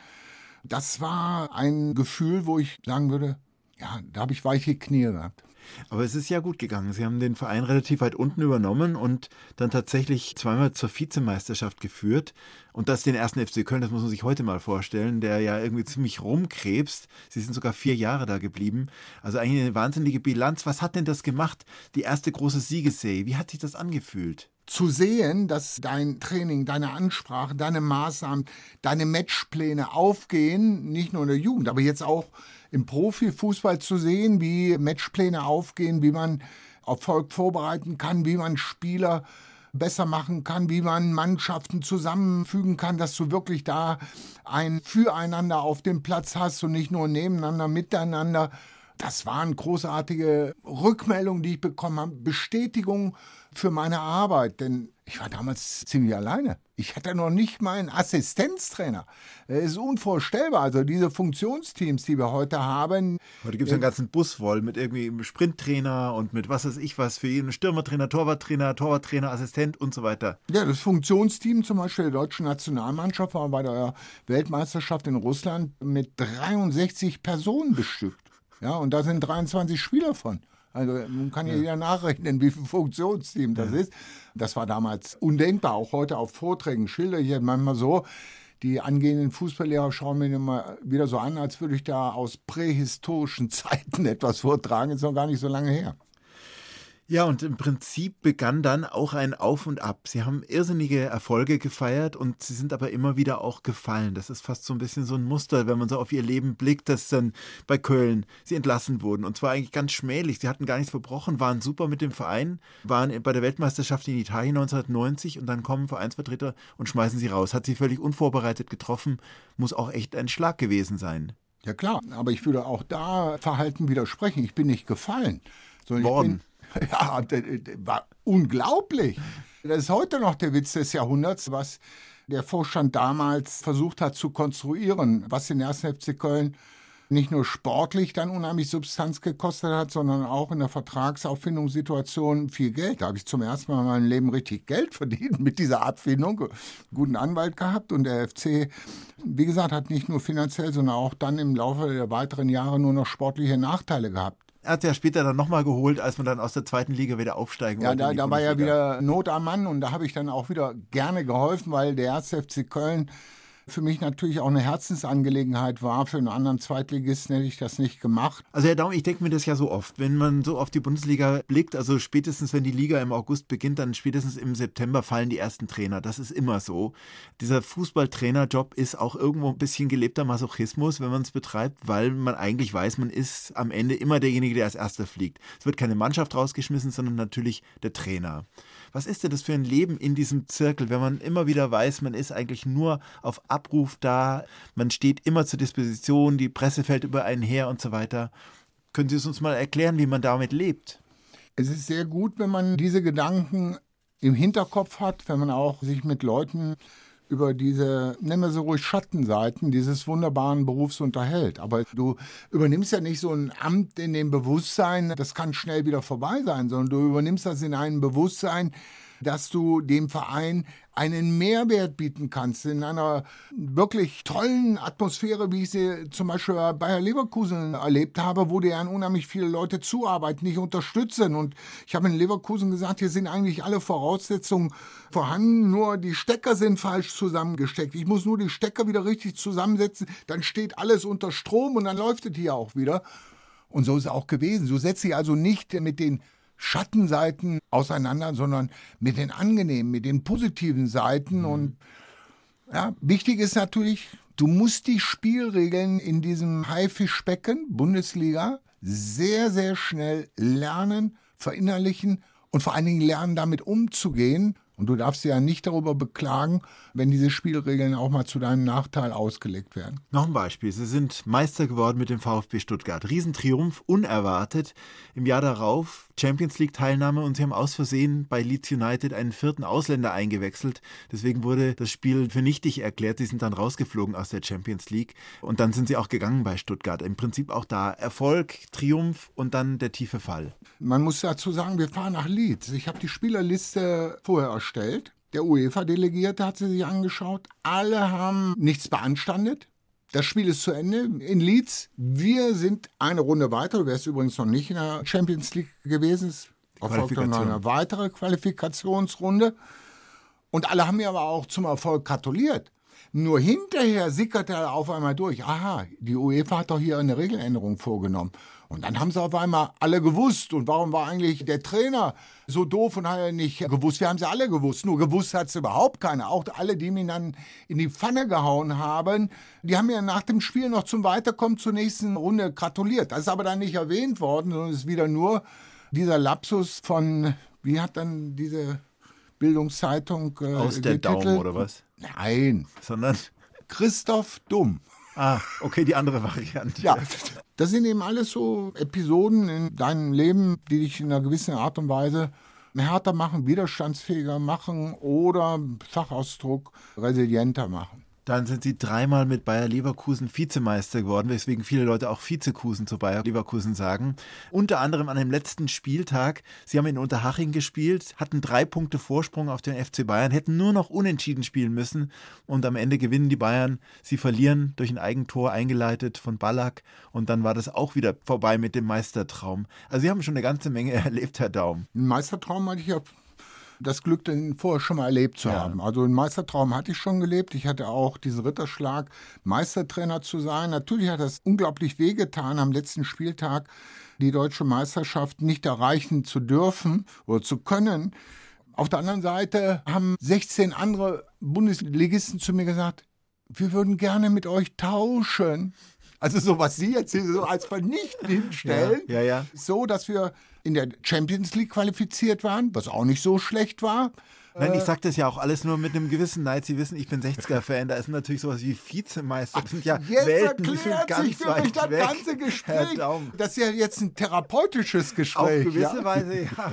Das war ein Gefühl, wo ich sagen würde, ja, da habe ich weiche Knie gehabt. Aber es ist ja gut gegangen. Sie haben den Verein relativ weit unten übernommen und dann tatsächlich zweimal zur Vizemeisterschaft geführt. Und das den ersten FC Köln, das muss man sich heute mal vorstellen, der ja irgendwie ziemlich rumkrebst. Sie sind sogar 4 Jahre da geblieben. Also eigentlich eine wahnsinnige Bilanz. Was hat denn das gemacht? Die erste große Siegesserie. Wie hat sich das angefühlt? Zu sehen, dass dein Training, deine Ansprache, deine Maßnahmen, deine Matchpläne aufgehen, nicht nur in der Jugend, aber jetzt auch im Profifußball zu sehen, wie Matchpläne aufgehen, wie man Erfolg vorbereiten kann, wie man Spieler besser machen kann, wie man Mannschaften zusammenfügen kann, dass du wirklich da ein Füreinander auf dem Platz hast und nicht nur nebeneinander, miteinander. Das waren großartige Rückmeldungen, die ich bekommen habe, Bestätigung für meine Arbeit, denn ich war damals ziemlich alleine. Ich hatte noch nicht mal einen Assistenztrainer. Das ist unvorstellbar. Also diese Funktionsteams, die wir heute haben. Heute gibt es einen ganzen Bus voll mit irgendwie einem Sprinttrainer und mit was weiß ich was für jeden Stürmertrainer, Torwarttrainer, Assistent und so weiter. Ja, das Funktionsteam zum Beispiel der deutschen Nationalmannschaft war bei der Weltmeisterschaft in Russland mit 63 Personen bestückt. Ja, und da sind 23 Spieler von. Also man kann ja jeder nachrechnen, wie viel Funktionsteam das ist. Das war damals undenkbar, auch heute auf Vorträgen schildere ich manchmal so. Die angehenden Fußballlehrer schauen mir immer wieder so an, als würde ich da aus prähistorischen Zeiten etwas vortragen. Ist noch gar nicht so lange her. Ja, und im Prinzip begann dann auch ein Auf und Ab. Sie haben irrsinnige Erfolge gefeiert und sie sind aber immer wieder auch gefallen. Das ist fast so ein bisschen so ein Muster, wenn man so auf ihr Leben blickt, dass dann bei Köln sie entlassen wurden. Und zwar eigentlich ganz schmählich. Sie hatten gar nichts verbrochen, waren super mit dem Verein, waren bei der Weltmeisterschaft in Italien 1990 und dann kommen Vereinsvertreter und schmeißen sie raus. Hat sie völlig unvorbereitet getroffen, muss auch echt ein Schlag gewesen sein. Ja klar, aber ich würde auch da Verhalten widersprechen. Ich bin nicht gefallen, sondern ja, das war unglaublich. Das ist heute noch der Witz des Jahrhunderts, was der Vorstand damals versucht hat zu konstruieren, was den 1. FC Köln nicht nur sportlich dann unheimlich Substanz gekostet hat, sondern auch in der Vertragsauffindungssituation viel Geld. Da habe ich zum ersten Mal in meinem Leben richtig Geld verdient mit dieser Abfindung. Guten Anwalt gehabt und der FC, wie gesagt, hat nicht nur finanziell, sondern auch dann im Laufe der weiteren Jahre nur noch sportliche Nachteile gehabt. Er hat ja später dann nochmal geholt, als man dann aus der 2. Liga wieder aufsteigen wollte. Ja, da war ja wieder Not am Mann und da habe ich dann auch wieder gerne geholfen, weil der 1. FC Köln für mich natürlich auch eine Herzensangelegenheit war. Für einen anderen Zweitligisten hätte ich das nicht gemacht. Also Herr Daum, ich denke mir das ja so oft, wenn man so auf die Bundesliga blickt, also spätestens wenn die Liga im August beginnt, dann spätestens im September fallen die ersten Trainer. Das ist immer so. Dieser Fußballtrainerjob ist auch irgendwo ein bisschen gelebter Masochismus, wenn man es betreibt, weil man eigentlich weiß, man ist am Ende immer derjenige, der als Erster fliegt. Es wird keine Mannschaft rausgeschmissen, sondern natürlich der Trainer. Was ist denn das für ein Leben in diesem Zirkel, wenn man immer wieder weiß, man ist eigentlich nur auf Abruf da, man steht immer zur Disposition, die Presse fällt über einen her und so weiter. Können Sie es uns mal erklären, wie man damit lebt? Es ist sehr gut, wenn man diese Gedanken im Hinterkopf hat, wenn man auch sich mit Leuten über diese, nennen wir so ruhig Schattenseiten dieses wunderbaren Berufs unterhält. Aber du übernimmst ja nicht so ein Amt in dem Bewusstsein, das kann schnell wieder vorbei sein, sondern du übernimmst das in einem Bewusstsein, dass du dem Verein einen Mehrwert bieten kannst, in einer wirklich tollen Atmosphäre, wie ich sie zum Beispiel bei Bayer Leverkusen erlebt habe, wo dir unheimlich viele Leute zuarbeiten, dich unterstützen. Und ich habe in Leverkusen gesagt, hier sind eigentlich alle Voraussetzungen vorhanden, nur die Stecker sind falsch zusammengesteckt. Ich muss nur die Stecker wieder richtig zusammensetzen, dann steht alles unter Strom und dann läuft es hier auch wieder. Und so ist es auch gewesen. Du setzt dich also nicht mit den Schattenseiten auseinander, sondern mit den angenehmen, mit den positiven Seiten. Und ja, wichtig ist natürlich, du musst die Spielregeln in diesem Haifischbecken Bundesliga sehr, sehr schnell lernen, verinnerlichen und vor allen Dingen lernen, damit umzugehen. Und du darfst dich ja nicht darüber beklagen, wenn diese Spielregeln auch mal zu deinem Nachteil ausgelegt werden. Noch ein Beispiel. Sie sind Meister geworden mit dem VfB Stuttgart. Riesentriumph, unerwartet. Im Jahr darauf Champions League-Teilnahme und Sie haben aus Versehen bei Leeds United einen 4. Ausländer eingewechselt. Deswegen wurde das Spiel für nichtig erklärt. Sie sind dann rausgeflogen aus der Champions League. Und dann sind Sie auch gegangen bei Stuttgart. Im Prinzip auch da Erfolg, Triumph und dann der tiefe Fall. Man muss dazu sagen, wir fahren nach Leeds. Ich habe die Spielerliste vorher erstellt. Der UEFA-Delegierte hat sie sich angeschaut. Alle haben nichts beanstandet. Das Spiel ist zu Ende in Leeds. Wir sind eine Runde weiter. Du wärst übrigens noch nicht in der Champions League gewesen. Es erfolgt noch eine weitere Qualifikationsrunde. Und alle haben mir aber auch zum Erfolg gratuliert. Nur hinterher sickerte er auf einmal durch. Aha, die UEFA hat doch hier eine Regeländerung vorgenommen. Und dann haben sie auf einmal alle gewusst. Und warum war eigentlich der Trainer so doof und hat er nicht gewusst? Wir haben sie alle gewusst. Nur gewusst hat es überhaupt keiner. Auch alle, die mir dann in die Pfanne gehauen haben, die haben mir nach dem Spiel noch zum Weiterkommen zur nächsten Runde gratuliert. Das ist aber dann nicht erwähnt worden, sondern es ist wieder nur dieser Lapsus von, wie hat dann diese Bildungszeitung aus der getitelt? Daumen oder was? Nein. Sondern Christoph Dumm. Ah, okay, die andere Variante. Ja, das sind eben alles so Episoden in deinem Leben, die dich in einer gewissen Art und Weise härter machen, widerstandsfähiger machen oder, Fachausdruck, resilienter machen. Dann sind Sie 3-mal mit Bayer Leverkusen Vizemeister geworden, weswegen viele Leute auch Vizekusen zu Bayer Leverkusen sagen. Unter anderem an dem letzten Spieltag. Sie haben in Unterhaching gespielt, hatten 3 Punkte Vorsprung auf den FC Bayern, hätten nur noch unentschieden spielen müssen und am Ende gewinnen die Bayern. Sie verlieren durch ein Eigentor eingeleitet von Ballack und dann war das auch wieder vorbei mit dem Meistertraum. Also Sie haben schon eine ganze Menge erlebt, Herr Daum. Einen Meistertraum hatte ich ja das Glück, den vorher schon mal erlebt zu haben. Also einen Meistertraum hatte ich schon gelebt. Ich hatte auch diesen Ritterschlag, Meistertrainer zu sein. Natürlich hat das unglaublich wehgetan, am letzten Spieltag die deutsche Meisterschaft nicht erreichen zu dürfen oder zu können. Auf der anderen Seite haben 16 andere Bundesligisten zu mir gesagt, wir würden gerne mit euch tauschen. Also so, was Sie jetzt hier so als vernichtend hinstellen, so, dass wir in der Champions League qualifiziert waren, was auch nicht so schlecht war. Nein, ich sage das ja auch alles nur mit einem gewissen Neid. Sie wissen, ich bin 60er-Fan, da ist natürlich sowas wie Vizemeister. Das sind ja jetzt Welten, die sind ganz sich für mich das weg. ganze Gespräch. Das ist ja jetzt ein therapeutisches Gespräch. Auf gewisse Weise, ja.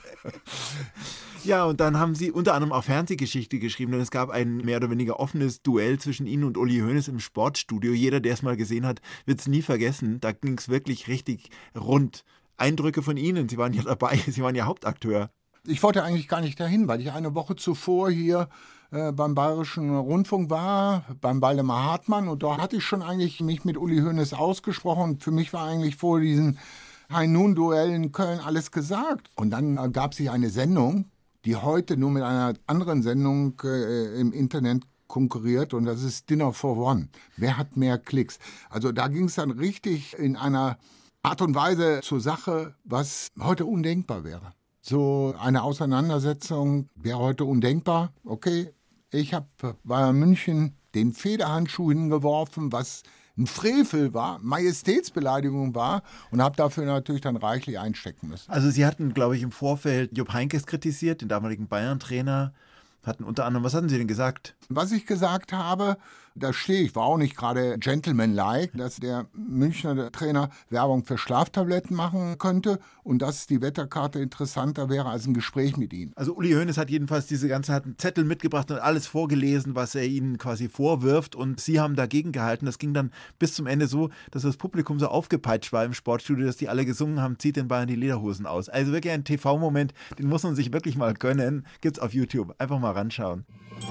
Ja, und dann haben Sie unter anderem auch Fernsehgeschichte geschrieben, denn es gab ein mehr oder weniger offenes Duell zwischen Ihnen und Uli Hoeneß im Sportstudio. Jeder, der es mal gesehen hat, wird es nie vergessen. Da ging es wirklich richtig rund. Eindrücke von Ihnen, Sie waren ja dabei, Sie waren ja Hauptakteur. Ich wollte eigentlich gar nicht dahin, weil ich eine Woche zuvor hier beim Bayerischen Rundfunk war, beim Waldemar Hartmann. Und da hatte ich schon eigentlich mich mit Uli Hoeneß ausgesprochen. Und für mich war eigentlich vor diesen High-Noon-Duell in Köln alles gesagt. Und dann gab es eine Sendung, die heute nur mit einer anderen Sendung im Internet konkurriert. Und das ist Dinner for One. Wer hat mehr Klicks? Also da ging es dann richtig in einer Art und Weise zur Sache, was heute undenkbar wäre. So eine Auseinandersetzung wäre heute undenkbar. Okay, ich habe Bayern München den Federhandschuh hingeworfen, was ein Frevel war, Majestätsbeleidigung war und habe dafür natürlich dann reichlich einstecken müssen. Also Sie hatten, glaube ich, im Vorfeld Jupp Heynckes kritisiert, den damaligen Bayern-Trainer, hatten unter anderem, was hatten Sie denn gesagt? Was ich gesagt habe, da stehe ich, war auch nicht gerade gentlemanlike, dass der Münchner Trainer Werbung für Schlaftabletten machen könnte und dass die Wetterkarte interessanter wäre als ein Gespräch mit ihm. Also Uli Hoeneß hat jedenfalls hat einen Zettel mitgebracht und alles vorgelesen, was er ihnen quasi vorwirft, und Sie haben dagegen gehalten. Das ging dann bis zum Ende so, dass das Publikum so aufgepeitscht war im Sportstudio, dass die alle gesungen haben, zieht den Bayern die Lederhosen aus. Also wirklich ein TV-Moment, den muss man sich wirklich mal gönnen. Gibt's auf YouTube. Einfach mal ranschauen.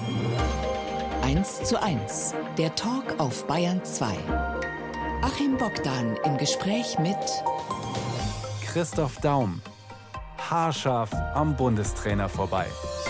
1:1, der Talk auf Bayern 2. Achim Bogdan im Gespräch mit Christoph Daum. Haarscharf am Bundestrainer vorbei.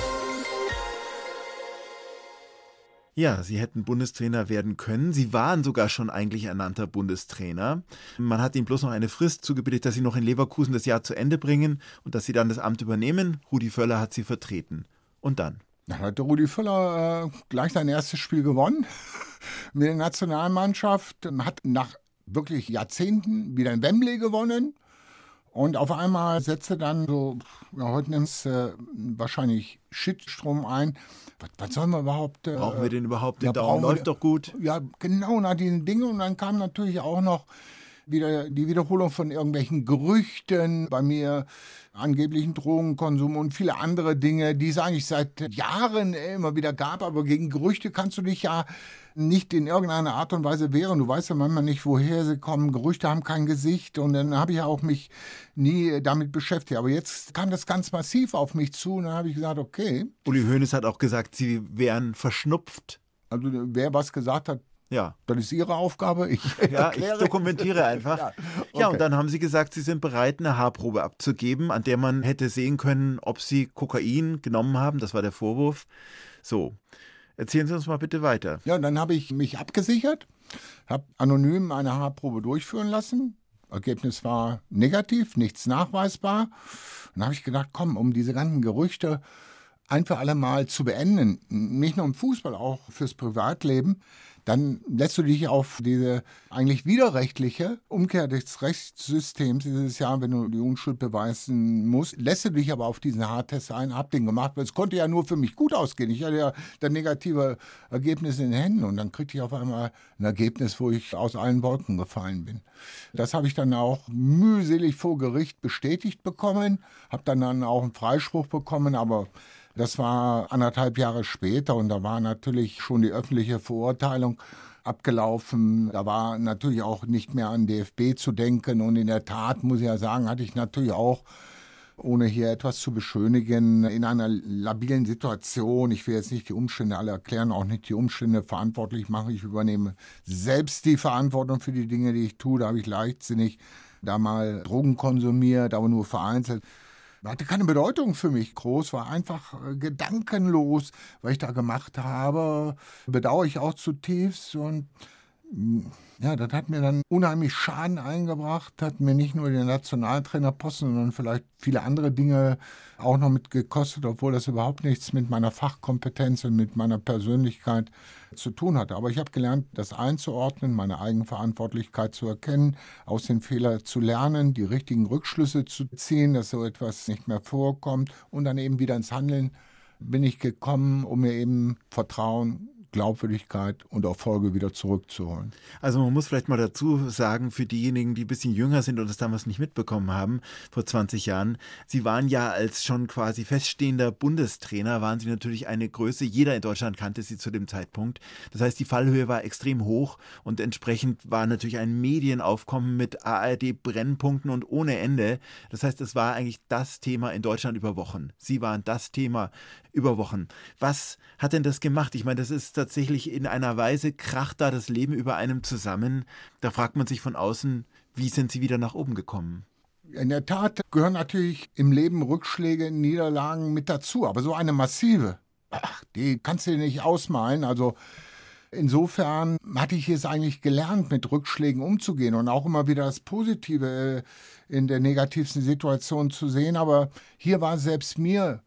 Ja, Sie hätten Bundestrainer werden können. Sie waren sogar schon eigentlich ernannter Bundestrainer. Man hat Ihnen bloß noch eine Frist zugebilligt, dass Sie noch in Leverkusen das Jahr zu Ende bringen und dass Sie dann das Amt übernehmen. Rudi Völler hat Sie vertreten. Und dann? Dann hat der Rudi Völler gleich sein erstes Spiel gewonnen mit der Nationalmannschaft, hat nach wirklich Jahrzehnten wieder in Wembley gewonnen und auf einmal setzte dann so, ja, heute nimmt es wahrscheinlich Shitstrom ein. Was sollen wir überhaupt? Brauchen wir den überhaupt? Den ja, Daumen läuft doch gut. Ja, genau nach diesen Dingen. Und dann kam natürlich auch noch wieder die Wiederholung von irgendwelchen Gerüchten, bei mir angeblichen Drogenkonsum und viele andere Dinge, die es eigentlich seit Jahren immer wieder gab. Aber gegen Gerüchte kannst du dich ja nicht in irgendeiner Art und Weise wehren. Du weißt ja manchmal nicht, woher sie kommen. Gerüchte haben kein Gesicht und dann habe ich ja auch mich nie damit beschäftigt. Aber jetzt kam das ganz massiv auf mich zu und dann habe ich gesagt, okay. Uli Hoeneß hat auch gesagt, Sie wären verschnupft. Also wer was gesagt hat, ja, das ist Ihre Aufgabe. Ich dokumentiere einfach. Ja, okay. Ja, und dann haben Sie gesagt, Sie sind bereit, eine Haarprobe abzugeben, an der man hätte sehen können, ob Sie Kokain genommen haben. Das war der Vorwurf. So, erzählen Sie uns mal bitte weiter. Ja, dann habe ich mich abgesichert, habe anonym eine Haarprobe durchführen lassen. Ergebnis war negativ, nichts nachweisbar. Dann habe ich gedacht, komm, um diese ganzen Gerüchte ein für alle Mal zu beenden, nicht nur im Fußball, auch fürs Privatleben, dann lässt du dich auf diese eigentlich widerrechtliche Umkehr des Rechtssystems dieses Jahr, wenn du die Unschuld beweisen musst, lässt du dich aber auf diesen Haartest ein, hab den gemacht, weil es konnte ja nur für mich gut ausgehen. Ich hatte ja das negative Ergebnis in den Händen und dann kriegte ich auf einmal ein Ergebnis, wo ich aus allen Wolken gefallen bin. Das habe ich dann auch mühselig vor Gericht bestätigt bekommen, habe dann auch einen Freispruch bekommen, aber das war 1,5 Jahre später und da war natürlich schon die öffentliche Verurteilung abgelaufen. Da war natürlich auch nicht mehr an DFB zu denken und in der Tat, muss ich ja sagen, hatte ich natürlich auch, ohne hier etwas zu beschönigen, in einer labilen Situation. Ich will jetzt nicht die Umstände alle erklären, auch nicht die Umstände verantwortlich machen. Ich übernehme selbst die Verantwortung für die Dinge, die ich tue. Da habe ich leichtsinnig da mal Drogen konsumiert, aber nur vereinzelt. Hatte keine Bedeutung für mich groß, war einfach gedankenlos, was ich da gemacht habe. Bedauere ich auch zutiefst und ja, das hat mir dann unheimlich Schaden eingebracht, hat mir nicht nur den Nationaltrainerposten, sondern vielleicht viele andere Dinge auch noch mit gekostet, obwohl das überhaupt nichts mit meiner Fachkompetenz und mit meiner Persönlichkeit zu tun hatte. Aber ich habe gelernt, das einzuordnen, meine Eigenverantwortlichkeit zu erkennen, aus den Fehlern zu lernen, die richtigen Rückschlüsse zu ziehen, dass so etwas nicht mehr vorkommt und dann eben wieder ins Handeln bin ich gekommen, um mir eben Vertrauen, Glaubwürdigkeit und Erfolge wieder zurückzuholen. Also man muss vielleicht mal dazu sagen, für diejenigen, die ein bisschen jünger sind und das damals nicht mitbekommen haben, vor 20 Jahren, Sie waren ja als schon quasi feststehender Bundestrainer, waren Sie natürlich eine Größe, jeder in Deutschland kannte Sie zu dem Zeitpunkt. Das heißt, die Fallhöhe war extrem hoch und entsprechend war natürlich ein Medienaufkommen mit ARD-Brennpunkten und ohne Ende. Das heißt, es war eigentlich das Thema in Deutschland über Wochen. Sie waren das Thema über Wochen. Was hat denn das gemacht? Ich meine, das ist tatsächlich in einer Weise, kracht da das Leben über einem zusammen. Da fragt man sich von außen, wie sind Sie wieder nach oben gekommen? In der Tat gehören natürlich im Leben Rückschläge, Niederlagen mit dazu. Aber so eine massive, die kannst du dir nicht ausmalen. Also insofern hatte ich es eigentlich gelernt, mit Rückschlägen umzugehen und auch immer wieder das Positive in der negativsten Situation zu sehen. Aber hier war selbst mir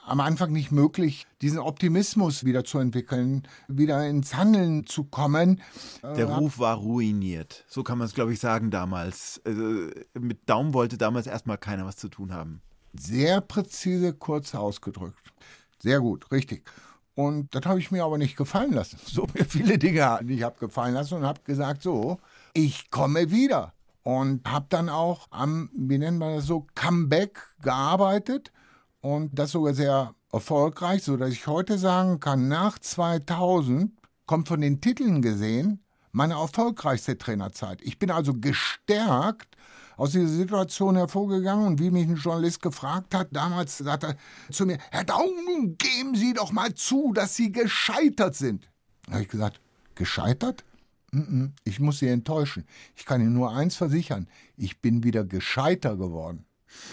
am Anfang nicht möglich, diesen Optimismus wieder zu entwickeln, wieder ins Handeln zu kommen. Der Ruf war ruiniert. So kann man es, glaube ich, sagen damals. Mit Daum wollte damals erstmal keiner was zu tun haben. Sehr präzise, kurz ausgedrückt. Sehr gut, richtig. Und das habe ich mir aber nicht gefallen lassen. So mir viele Dinge nicht habe gefallen lassen und habe gesagt, so, ich komme wieder. Und habe dann auch am, wie nennen wir das so, Comeback gearbeitet und das sogar sehr erfolgreich, sodass ich heute sagen kann, nach 2000 kommt von den Titeln gesehen meine erfolgreichste Trainerzeit. Ich bin also gestärkt aus dieser Situation hervorgegangen und wie mich ein Journalist gefragt hat, damals sagte er zu mir, Herr Daum, geben Sie doch mal zu, dass Sie gescheitert sind. Da habe ich gesagt, gescheitert? Ich muss Sie enttäuschen. Ich kann Ihnen nur eins versichern, ich bin wieder gescheiter geworden.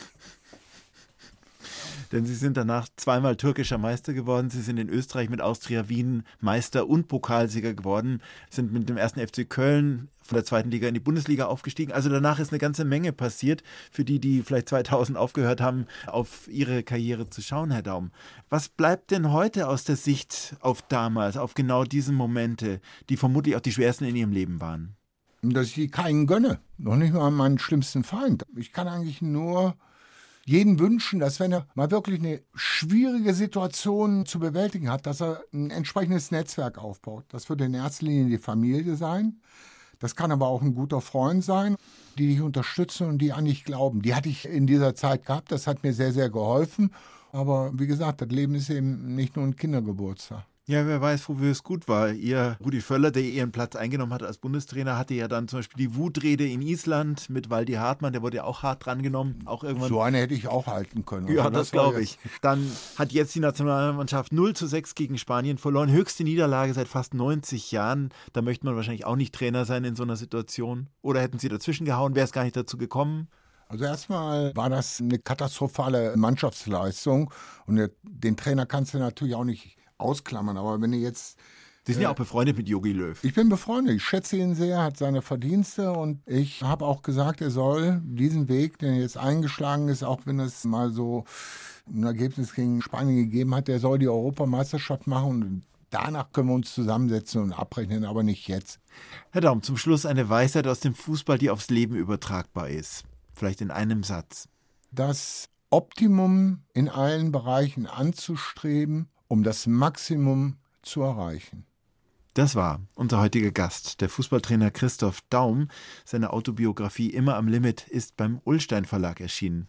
Denn Sie sind danach zweimal türkischer Meister geworden. Sie sind in Österreich mit Austria Wien Meister und Pokalsieger geworden. Sind mit dem 1. FC Köln von der 2. Liga in die Bundesliga aufgestiegen. Also danach ist eine ganze Menge passiert, für die vielleicht 2000 aufgehört haben, auf Ihre Karriere zu schauen, Herr Daum. Was bleibt denn heute aus der Sicht auf damals, auf genau diese Momente, die vermutlich auch die schwersten in Ihrem Leben waren? Dass ich die keinen gönne. Noch nicht mal meinen schlimmsten Feind. Ich kann eigentlich nur jeden wünschen, dass wenn er mal wirklich eine schwierige Situation zu bewältigen hat, dass er ein entsprechendes Netzwerk aufbaut. Das wird in erster Linie die Familie sein. Das kann aber auch ein guter Freund sein, die dich unterstützen und die an dich glauben. Die hatte ich in dieser Zeit gehabt. Das hat mir sehr, sehr geholfen. Aber wie gesagt, das Leben ist eben nicht nur ein Kindergeburtstag. Ja, wer weiß, wofür es gut war. Ihr Rudi Völler, der Ihren Platz eingenommen hat als Bundestrainer, hatte ja dann zum Beispiel die Wutrede in Island mit Waldi Hartmann, der wurde ja auch hart drangenommen. Auch irgendwann. So eine hätte ich auch halten können. Ja, also das glaube ich. Dann hat jetzt die Nationalmannschaft 0:6 gegen Spanien verloren. Höchste Niederlage seit fast 90 Jahren. Da möchte man wahrscheinlich auch nicht Trainer sein in so einer Situation. Oder hätten Sie dazwischen gehauen, wäre es gar nicht dazu gekommen? Also erstmal war das eine katastrophale Mannschaftsleistung. Und den Trainer kannst du natürlich auch nicht ausklammern, aber wenn ihr jetzt... Sie sind ja auch befreundet mit Jogi Löw. Ich bin befreundet, ich schätze ihn sehr, hat seine Verdienste und ich habe auch gesagt, er soll diesen Weg, den er jetzt eingeschlagen ist, auch wenn es mal so ein Ergebnis gegen Spanien gegeben hat, er soll die Europameisterschaft machen und danach können wir uns zusammensetzen und abrechnen, aber nicht jetzt. Herr Daum, zum Schluss eine Weisheit aus dem Fußball, die aufs Leben übertragbar ist. Vielleicht in einem Satz. Das Optimum in allen Bereichen anzustreben, um das Maximum zu erreichen. Das war unser heutiger Gast, der Fußballtrainer Christoph Daum. Seine Autobiografie Immer am Limit ist beim Ullstein Verlag erschienen.